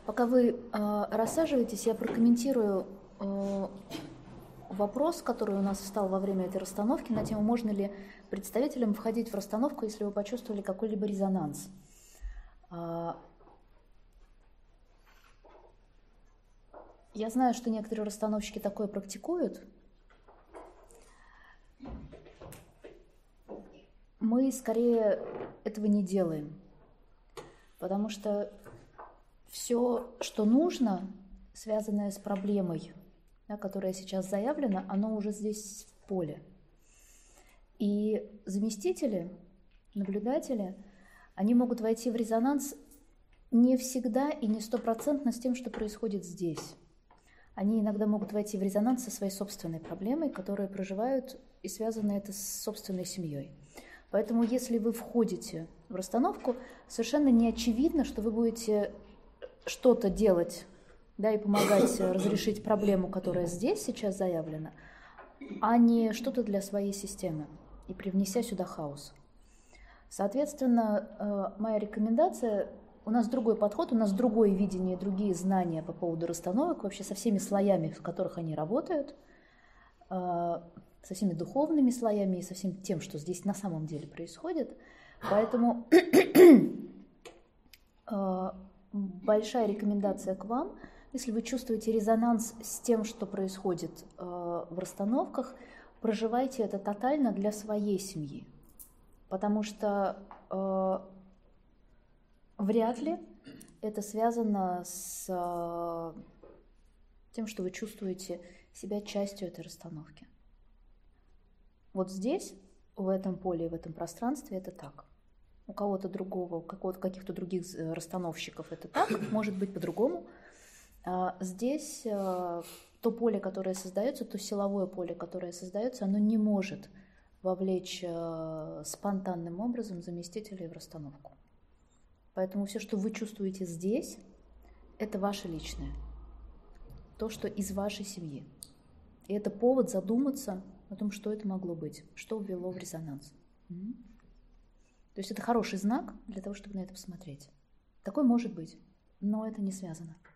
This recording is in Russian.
Пока вы рассаживаетесь, я прокомментирую вопрос, который у нас встал во время этой расстановки на тему, можно ли представителям входить в расстановку, если вы почувствовали какой-либо резонанс. Я знаю, что некоторые расстановщики такое практикуют. Мы скорее этого не делаем, потому что все, что нужно, связанное с проблемой, да, которая сейчас заявлена, оно уже здесь в поле. И заместители, наблюдатели, они могут войти в резонанс не всегда и не стопроцентно с тем, что происходит здесь. Они иногда могут войти в резонанс со своей собственной проблемой, которые проживают, и связано это с собственной семьей. Поэтому если вы входите в расстановку, совершенно не очевидно, что вы будете что-то делать, да, и помогать разрешить проблему, которая здесь сейчас заявлена, а не что-то для своей системы и привнеся сюда хаос. Соответственно, моя рекомендация, у нас другой подход, у нас другое видение, другие знания по поводу расстановок, вообще со всеми слоями, в которых они работают, со всеми духовными слоями и со всем тем, что здесь на самом деле происходит. Поэтому большая рекомендация к вам, если вы чувствуете резонанс с тем, что происходит в расстановках, проживайте это тотально для своей семьи. Потому что вряд ли это связано с тем, что вы чувствуете себя частью этой расстановки. Вот здесь, в этом поле, в этом пространстве это так. У кого-то другого, у каких-то других расстановщиков это так, может быть по-другому. Здесь то поле, которое создается, то силовое поле, которое создается, оно не может вовлечь спонтанным образом заместителей в расстановку. Поэтому все, что вы чувствуете здесь, это ваше личное. То, что из вашей семьи. И это повод задуматься о том, что это могло быть, что ввело в резонанс. То есть это хороший знак для того, чтобы на это посмотреть. Такое может быть, но это не связано.